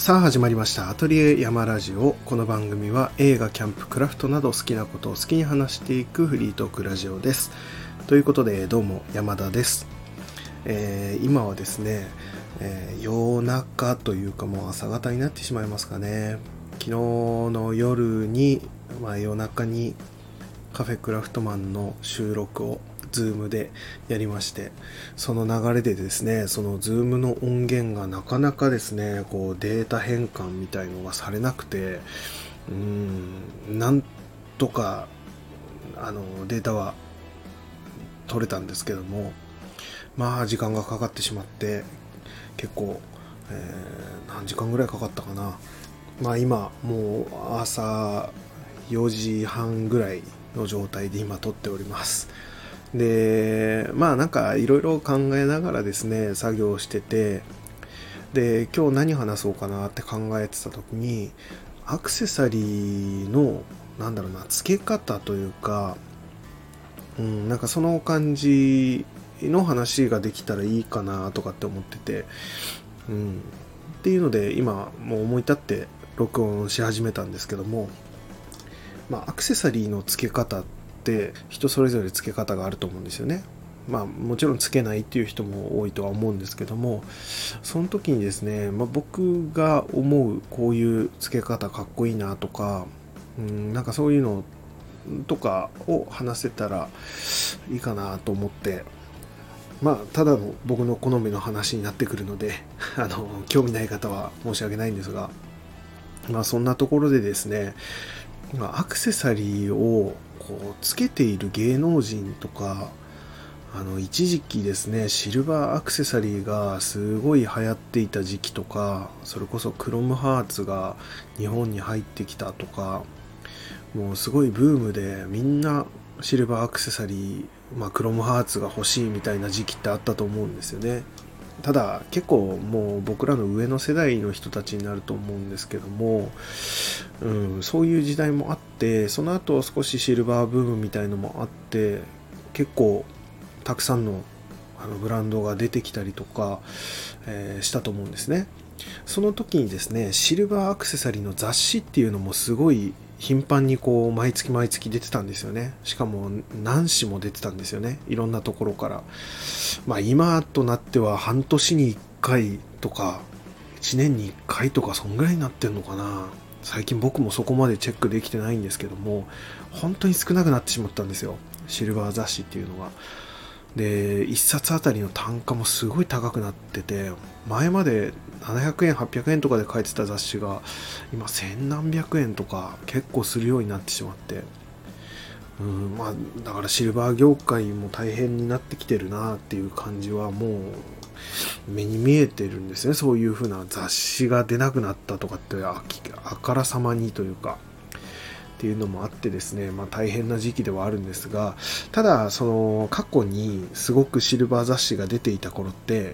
さあ始まりましたアトリエ山ラジオ。この番組は映画、キャンプ、クラフトなど好きなことを好きに話していくフリートークラジオです。ということでどうも山田です。今はですね、夜中というかもう朝方になってしまいますかね。昨日の夜に、夜中にカフェクラフトマンの収録をズームでやりまして、その流れでですね、そのズームの音源がなかなかですね、こうデータ変換みたいのがされなくて、なんとかデータは取れたんですけども、時間がかかってしまって結構、何時間ぐらいかかったかな。今もう朝4時半ぐらいの状態で今撮っております。でなんかいろいろ考えながらですね作業してて、で今日何話そうかなって考えてた時に、アクセサリーの付け方というか、なんかその感じの話ができたらいいかなとかって思ってて、っていうので今もう思い立って録音し始めたんですけども、アクセサリーの付け方って人それぞれ付け方があると思うんですよね。もちろん付けないっていう人も多いとは思うんですけども、その時にですね、僕が思うこういう付け方かっこいいなとか、なんかそういうのとかを話せたらいいかなと思って、ただの僕の好みの話になってくるので興味ない方は申し訳ないんですが、そんなところでですね、アクセサリーをこうつけている芸能人とか、一時期ですねシルバーアクセサリーがすごい流行っていた時期とか、それこそクロムハーツが日本に入ってきたとか、もうすごいブームでみんなシルバーアクセサリー、クロムハーツが欲しいみたいな時期ってあったと思うんですよね。ただ結構もう僕らの上の世代の人たちになると思うんですけども、そういう時代もあって、その後少しシルバーブームみたいのもあって、結構たくさんのブランドが出てきたりとか、したと思うんですね。その時にですね、シルバーアクセサリーの雑誌っていうのもすごい頻繁にこう毎月毎月出てたんですよね。しかも何誌も出てたんですよね、いろんなところから。今となっては半年に1回とか1年に1回とかそんぐらいになってんのかな。最近僕もそこまでチェックできてないんですけども、本当に少なくなってしまったんですよ、シルバー雑誌っていうのが。で1冊あたりの単価もすごい高くなってて、前まで700円800円とかで書いてた雑誌が今千何百円とか結構するようになってしまって、だからシルバー業界も大変になってきてるなっていう感じはもう目に見えてるんですね。そういう風な雑誌が出なくなったとかってあからさまにというかっていうのもあってですね、大変な時期ではあるんですが、ただその過去にすごくシルバー雑誌が出ていた頃って、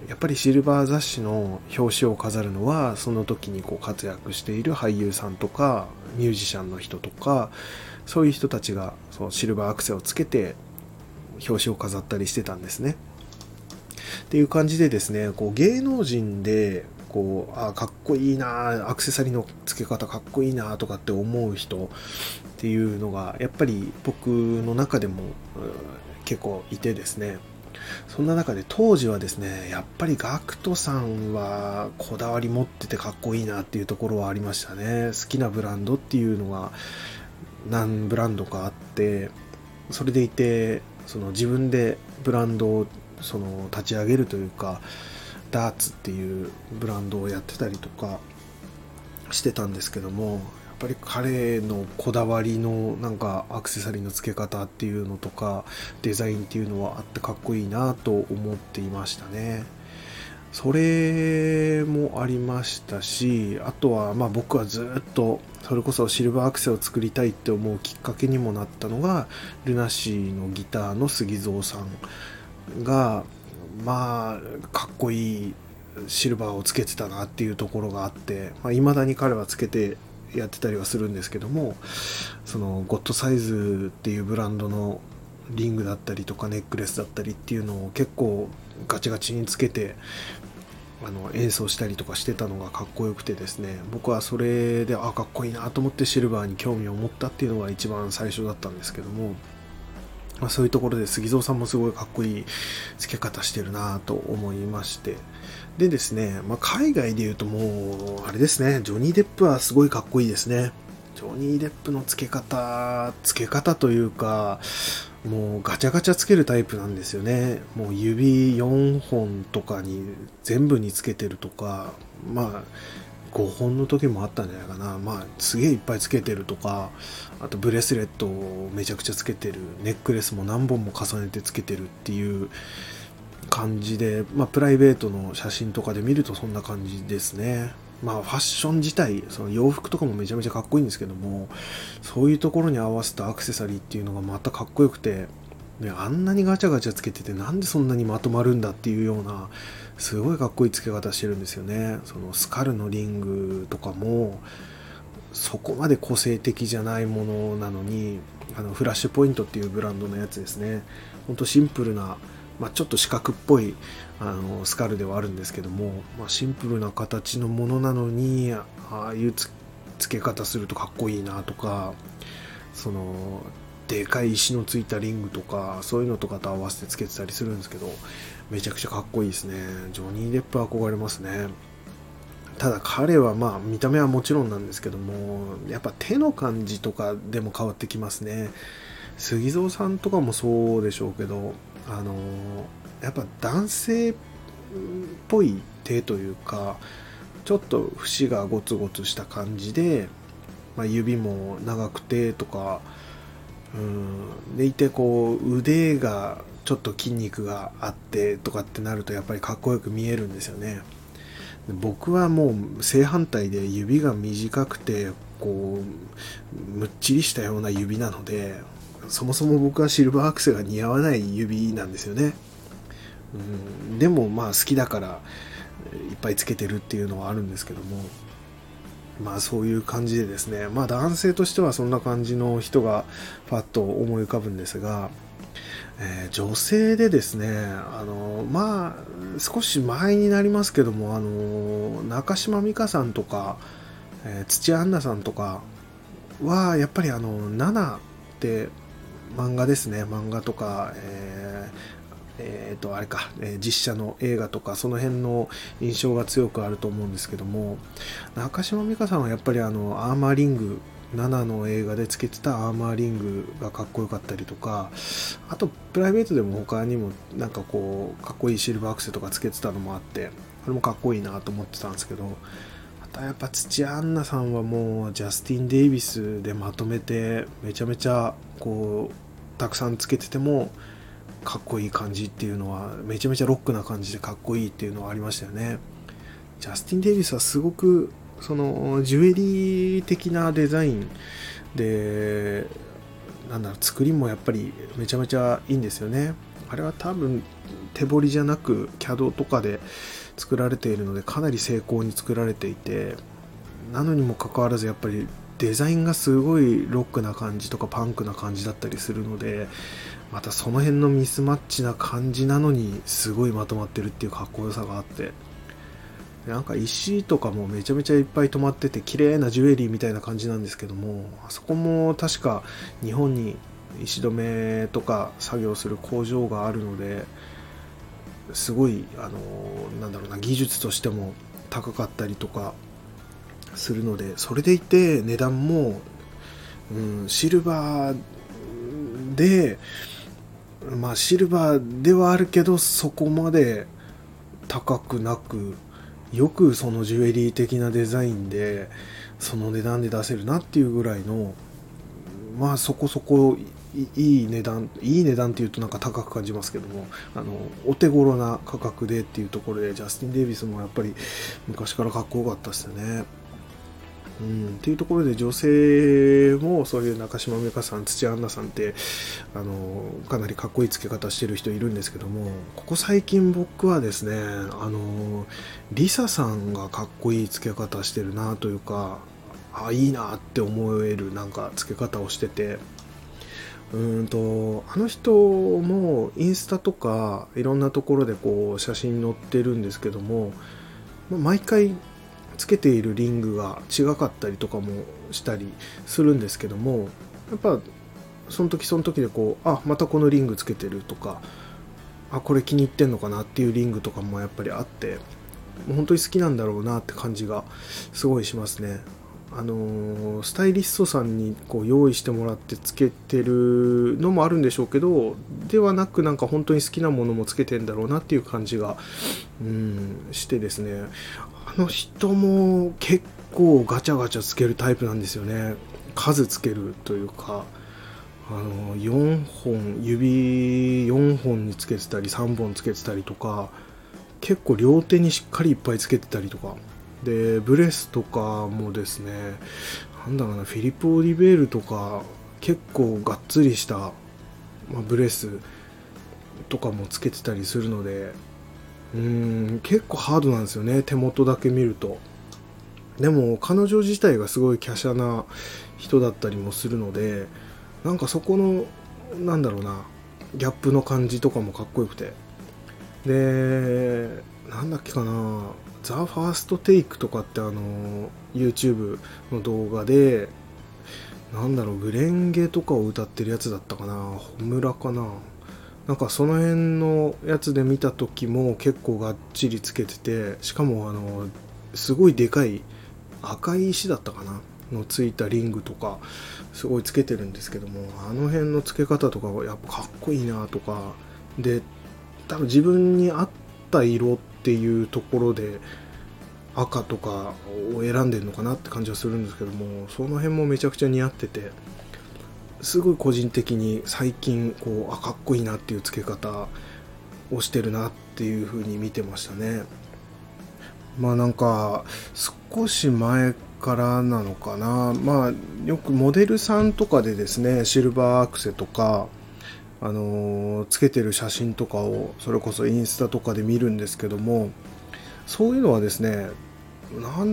やっぱりシルバー雑誌の表紙を飾るのはその時にこう活躍している俳優さんとかミュージシャンの人とか、そういう人たちがそのシルバーアクセをつけて表紙を飾ったりしてたんですね。っていう感じでですね、こう芸能人でこうかっこいいな、アクセサリーの付け方かっこいいなとかって思う人っていうのがやっぱり僕の中でも結構いてですね、そんな中で当時はですね、やっぱりガクトさんはこだわり持っててかっこいいなっていうところはありましたね。好きなブランドっていうのが何ブランドかあって、それでいてその自分でブランドをその立ち上げるというか、ダーツっていうブランドをやってたりとかしてたんですけども、やっぱり彼のこだわりのなんかアクセサリーの付け方っていうのとかデザインっていうのはあってかっこいいなと思っていましたね。それもありましたし、あとは僕はずっとそれこそシルバーアクセを作りたいって思うきっかけにもなったのが、ルナシーのギターの杉蔵さんがかっこいいシルバーをつけてたなっていうところがあって、未だに彼はつけてやってたりはするんですけども、そのゴッドサイズっていうブランドのリングだったりとかネックレスだったりっていうのを結構ガチガチにつけて演奏したりとかしてたのがかっこよくてですね、僕はそれでかっこいいなと思ってシルバーに興味を持ったっていうのが一番最初だったんですけども、そういうところで杉蔵さんもすごいかっこいい付け方してるなと思いまして、でですね、海外で言うともうあれですね、ジョニー・デップはすごいかっこいいですね。ジョニー・デップの付け方というか、もうガチャガチャつけるタイプなんですよね。もう指4本とかに全部につけてるとか、5本の時もあったんじゃないかな。すげえいっぱいつけてるとか、あとブレスレットをめちゃくちゃつけてる、ネックレスも何本も重ねてつけてるっていう感じで、プライベートの写真とかで見るとそんな感じですね。ファッション自体、その洋服とかもめちゃめちゃかっこいいんですけども、そういうところに合わせたアクセサリーっていうのがまたかっこよくて、あんなにガチャガチャつけててなんでそんなにまとまるんだっていうような、すごいかっこいい付け方してるんですよね。そのスカルのリングとかも、そこまで個性的じゃないものなのに、フラッシュポイントっていうブランドのやつですね。ほんとシンプルな、ちょっと四角っぽいスカルではあるんですけども、シンプルな形のものなのにああいう付け方するとかっこいいなとか、そのでかい石のついたリングとかそういうのとかと合わせてつけてたりするんですけど、めちゃくちゃかっこいいですね。ジョニー・デップ憧れますね。ただ彼は見た目はもちろんなんですけども、やっぱ手の感じとかでも変わってきますね。杉蔵さんとかもそうでしょうけど、やっぱ男性っぽい手というか、ちょっと節がゴツゴツした感じで、指も長くてとか、でいてこう腕がちょっと筋肉があってとかってなるとやっぱりかっこよく見えるんですよね。僕はもう正反対で指が短くてこうむっちりしたような指なので、そもそも僕はシルバーアクセが似合わない指なんですよね。でも好きだからいっぱいつけてるっていうのはあるんですけども、そういう感じでですね、男性としてはそんな感じの人がパッと思い浮かぶんですが、女性でですね、少し前になりますけども、中島美嘉さんとか、土屋アンナさんとかはやっぱりナナって漫画ですね、漫画とか、あれか、実写の映画とかその辺の印象が強くあると思うんですけども、中島美嘉さんはやっぱりアーマーリング、7の映画でつけてたアーマーリングがかっこよかったりとか、あとプライベートでも他にもなんかこうかっこいいシルバーアクセとかつけてたのもあって、これもかっこいいなと思ってたんですけど、またやっぱ土屋アンナさんはもうジャスティン・デイビスでまとめてめちゃめちゃこうたくさんつけててもかっこいい感じっていうのは、めちゃめちゃロックな感じでかっこいいっていうのはありましたよね。ジャスティン・デイビスはすごくそのジュエリー的なデザインで、作りもやっぱりめちゃめちゃいいんですよね。あれは多分手彫りじゃなく CAD とかで作られているので、かなり精巧に作られていて、なのにもかかわらずやっぱりデザインがすごいロックな感じとかパンクな感じだったりするので、またその辺のミスマッチな感じなのにすごいまとまってるっていうかっこよさがあって、なんか石とかもめちゃめちゃいっぱい止まってて綺麗なジュエリーみたいな感じなんですけども、あそこも確か日本に石留めとか作業する工場があるので、すごい技術としても高かったりとかするので、それでいて値段も、シルバーでシルバーではあるけどそこまで高くなく、よくそのジュエリー的なデザインでその値段で出せるなっていうぐらいの、そこそこいい値段っていうとなんか高く感じますけども、お手頃な価格でっていうところで、ジャスティン・デイビスもやっぱり昔からかっこよかったですよね。っていうところで女性もそういう中島美嘉さん、土屋アンナさんってかなりかっこいい付け方してる人いるんですけども、ここ最近僕はですね、リサさんがかっこいい付け方してるなというか、いいなって思えるなんか付け方をしてて、あの人もインスタとかいろんなところでこう写真載ってるんですけども、 毎回つけているリングが違かったりとかもしたりするんですけども、やっぱその時その時でまたこのリングつけてるとか、これ気に入ってんのかなっていうリングとかもやっぱりあって、もう本当に好きなんだろうなって感じがすごいしますね。スタイリストさんに用意してもらってつけてるのもあるんでしょうけど、ではなく本当に好きなものもつけてんだろうなっていう感じがしてですね、あの人も結構ガチャガチャつけるタイプなんですよね。数つけるというか、4本指4本につけてたり3本つけてたりとか、結構両手にしっかりいっぱいつけてたりとかで、ブレスとかもですね、フィリップ・オリベールとか結構がっつりした、ブレスとかもつけてたりするので、結構ハードなんですよね、手元だけ見ると。でも彼女自体がすごい華奢な人だったりもするので、そこのギャップの感じとかもかっこよくて、でザ・ファーストテイクとかってYouTube の動画でグレンゲとかを歌ってるやつだったかな、ホムラかな、その辺のやつで見た時も結構がっちりつけてて、しかもすごいでかい赤い石だったかなのついたリングとかすごいつけてるんですけども、あの辺のつけ方とかはやっぱかっこいいなとかで、多分自分に合った色っていうところで赤とかを選んでるのかなって感じはするんですけども、その辺もめちゃくちゃ似合ってて、すごい個人的に最近かっこいいなっていう付け方をしてるなっていう風に見てましたね。少し前からなのかな、よくモデルさんとかでですね、シルバーアクセとかつけてる写真とかをそれこそインスタとかで見るんですけども、そういうのはですね、モ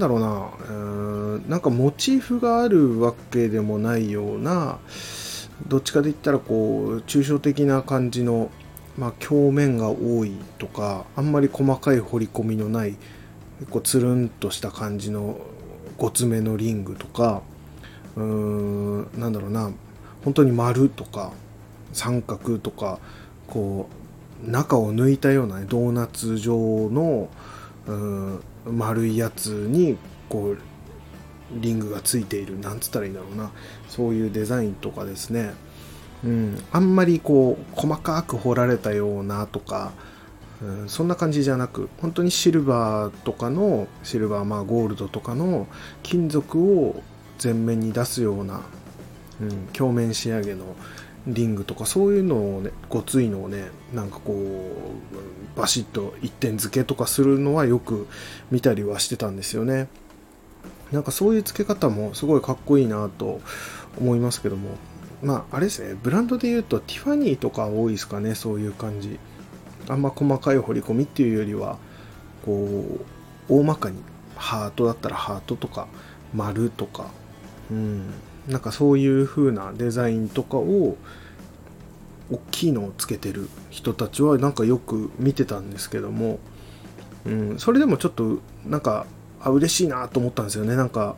チーフがあるわけでもないような、どっちかで言ったら抽象的な感じの、鏡面が多いとか、あんまり細かい彫り込みのない結構つるんとした感じのごつめのリングとか、本当に丸とか三角とか中を抜いたような、ドーナツ状の丸いやつにリングがついている、なんつったらいいんだろうな、そういうデザインとかですね、あんまり細かく彫られたようなとか、そんな感じじゃなく、本当にシルバーとかのシルバー、ゴールドとかの金属を前面に出すような、鏡面仕上げのリングとか、そういうのをね、ごついのをね、バシッと一点付けとかするのはよく見たりはしてたんですよね。そういう付け方もすごいかっこいいなと思いますけども、あれですね、ブランドで言うとティファニーとか多いですかね、そういう感じ。あんま細かい彫り込みっていうよりは大まかにハートだったらハートとか丸とか、そういう風なデザインとかを大きいのをつけてる人たちはよく見てたんですけども、それでもちょっと嬉しいなと思ったんですよね。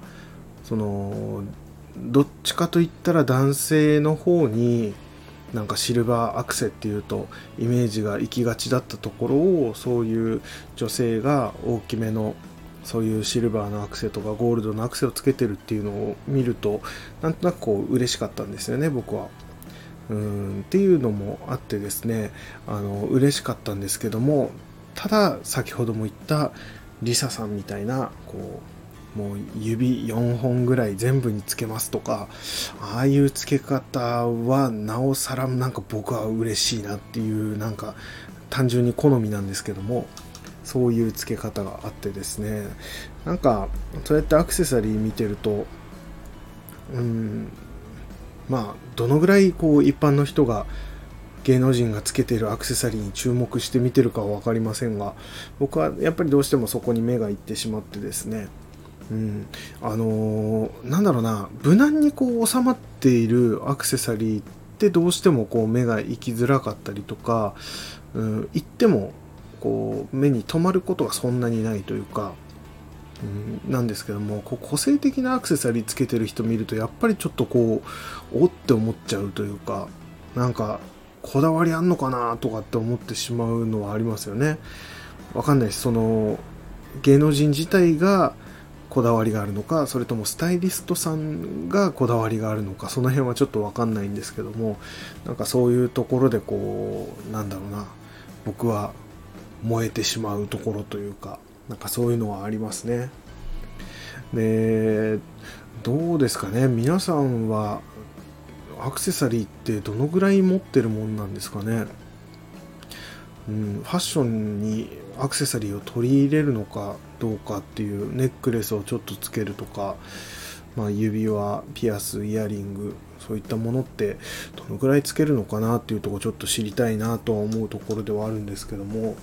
どっちかといったら男性の方にシルバーアクセっていうとイメージが行きがちだったところを、そういう女性が大きめのそういうシルバーのアクセとかゴールドのアクセをつけてるっていうのを見ると、なんとなく嬉しかったんですよね、僕は。っていうのもあってですね、嬉しかったんですけども、ただ先ほども言ったリサさんみたいなもう指4本ぐらい全部につけますとか、ああいうつけ方はなおさら僕は嬉しいなっていう、単純に好みなんですけども、そういうつけ方があってですね、そうやってアクセサリー見てると、どのぐらい一般の人が芸能人がつけているアクセサリーに注目して見てるかは分かりませんが、僕はやっぱりどうしてもそこに目がいってしまってですね、無難に収まっているアクセサリーってどうしても目が行きづらかったりとか、行ってもこう目に留まることがそんなにないというか、なんですけども、こう個性的なアクセサリーつけてる人見るとやっぱりちょっとこうおって思っちゃうというか、なんかこだわりあんのかなとかって思ってしまうのはありますよね。わかんないです。その芸能人自体がこだわりがあるのか、それともスタイリストさんがこだわりがあるのか、その辺はちょっとわかんないんですけども、なんかそういうところでこう、なんだろうな、僕は燃えてしまうところというか、なんかそういうのはありますね。で、どうですかね、皆さんはアクセサリーってどのぐらい持ってるもんなんですかね。ファッションにアクセサリーを取り入れるのかどうかっていう、ネックレスをちょっとつけるとか、指輪、ピアス、イヤリング、そういったものってどのぐらいつけるのかなっていうところちょっと知りたいなとは思うところではあるんですけども、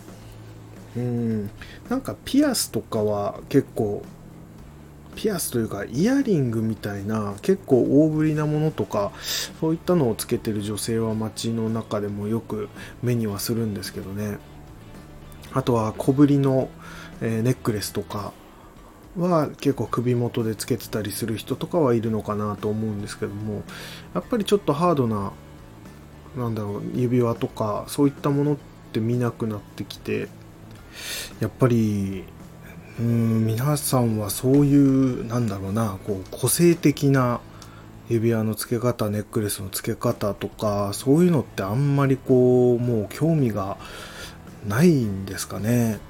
なんかピアスとかは結構、ピアスというかイヤリングみたいな結構大ぶりなものとか、そういったのをつけてる女性は街の中でもよく目にはするんですけどね。あとは小ぶりのネックレスとかは結構首元でつけてたりする人とかはいるのかなと思うんですけども、やっぱりちょっとハードな、指輪とかそういったものって見なくなってきて、やっぱり皆さんはそういう、こう個性的な指輪の付け方、ネックレスの付け方とか、そういうのってあんまりこうもう興味がないんですかね。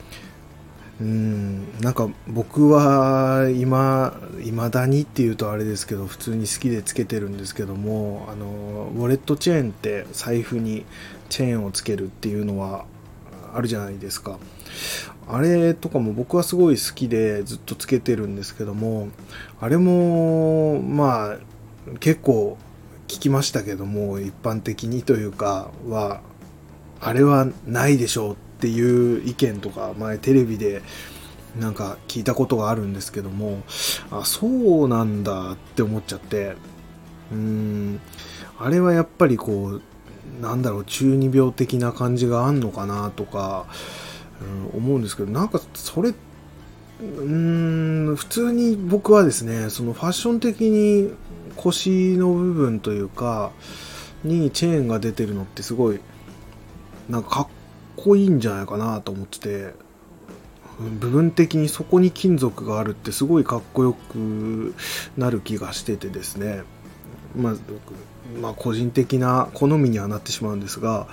なんか僕は未だにっていうとあれですけど、普通に好きでつけてるんですけども、ウォレットチェーンって財布にチェーンをつけるっていうのはあるじゃないですか。あれとかも僕はすごい好きでずっとつけてるんですけども、あれも結構聞きましたけども、一般的にというかはあれはないでしょうっていう意見とか前テレビでなんか聞いたことがあるんですけども、そうなんだって思っちゃって、あれはやっぱりこう中二病的な感じがあんのかなとか、思うんですけど、なんかそれ普通に僕はですね、そのファッション的に腰の部分というかにチェーンが出てるのってすごいなんかかっこいいんじゃないかなと思ってて、部分的にそこに金属があるってすごいかっこよくなる気がしててですね、個人的な好みにはなってしまうんですが、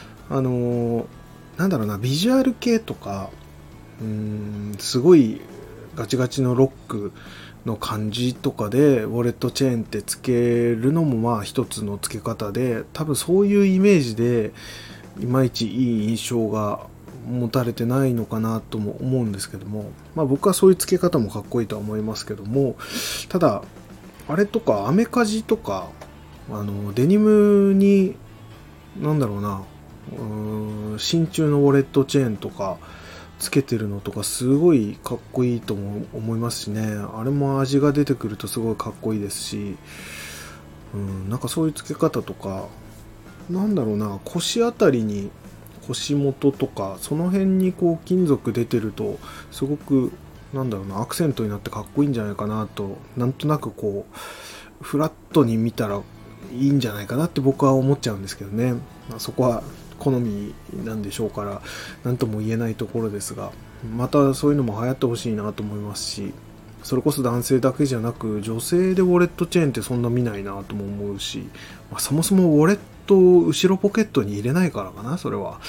ビジュアル系とか、すごいガチガチのロックの感じとかでウォレットチェーンってつけるのも一つのつけ方で、多分そういうイメージでいまいちいい印象が持たれてないのかなとも思うんですけども、僕はそういうつけ方もかっこいいとは思いますけども、ただあれとかアメカジとかデニムに真鍮のウォレットチェーンとかつけてるのとかすごいかっこいいとも思いますしね。あれも味が出てくるとすごいかっこいいですし、なんかそういうつけ方とか、腰あたりに腰元とかその辺にこう金属出てるとすごくアクセントになってかっこいいんじゃないかなと、なんとなくこうフラットに見たらいいんじゃないかなって僕は思っちゃうんですけどね。そこは好みなんでしょうから何とも言えないところですが、またそういうのも流行ってほしいなと思いますし、それこそ男性だけじゃなく女性でウォレットチェーンってそんな見ないなとも思うし、そもそもウォレットを後ろポケットに入れないからかな、それは。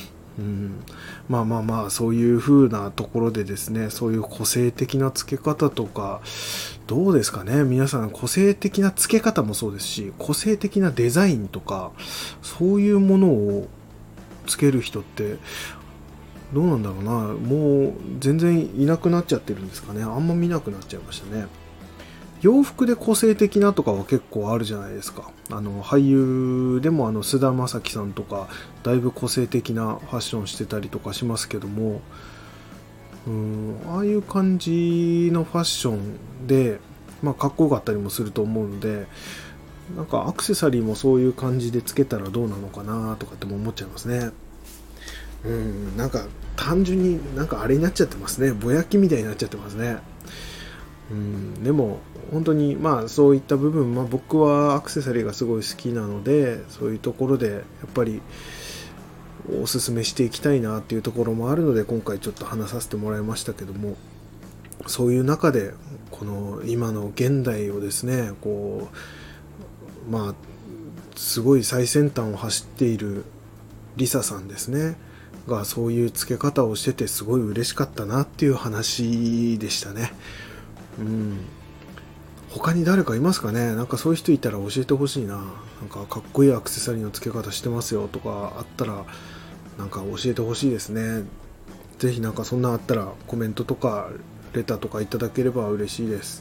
そういう風なところでですね、そういう個性的な付け方とかどうですかね。皆さん個性的な付け方もそうですし、個性的なデザインとかそういうものをつける人ってどうなんだろうな。もう全然いなくなっちゃってるんですかね。あんま見なくなっちゃいましたね。洋服で個性的なとかは結構あるじゃないですか。俳優でも菅田将暉さんとかだいぶ個性的なファッションしてたりとかしますけども、ああいう感じのファッションでかっこよかったりもすると思うので、なんかアクセサリーもそういう感じでつけたらどうなのかなとかっても思っちゃいますね。 なんか単純になんかあれになっちゃってますね。ぼやきみたいになっちゃってますね。でも本当にそういった部分、僕はアクセサリーがすごい好きなので、そういうところでやっぱりおすすめしていきたいなっていうところもあるので、今回ちょっと話させてもらいましたけども、そういう中でこの今の現代をですね、すごい最先端を走っているリサさんですねが、そういう付け方をしててすごい嬉しかったなっていう話でしたね。他に誰かいますかね。なんかそういう人いたら教えてほしいな。なんかかっこいいアクセサリーの付け方してますよとかあったら、なんか教えてほしいですね。ぜひなんかそんなあったらコメントとかレターとかいただければ嬉しいです。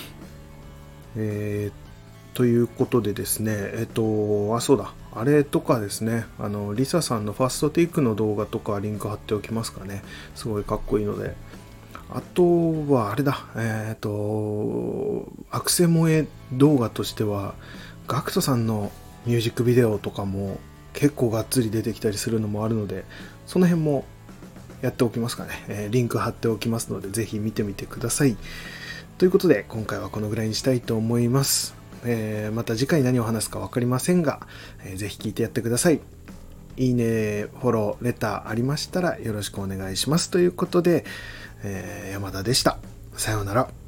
ということでですね、そうだ、あれとかですね、リサさんのファーストテイクの動画とかリンク貼っておきますかね。すごいかっこいいので。あとはあれだ、アクセ萌え動画としては、ガクトさんのミュージックビデオとかも結構がっつり出てきたりするのもあるので、その辺もやっておきますかね。リンク貼っておきますので、ぜひ見てみてください。ということで、今回はこのぐらいにしたいと思います。また次回何を話すか分かりませんが、ぜひ聞いてやってください。いいね、フォロー、レターありましたらよろしくお願いします。ということで、山田でした。さようなら。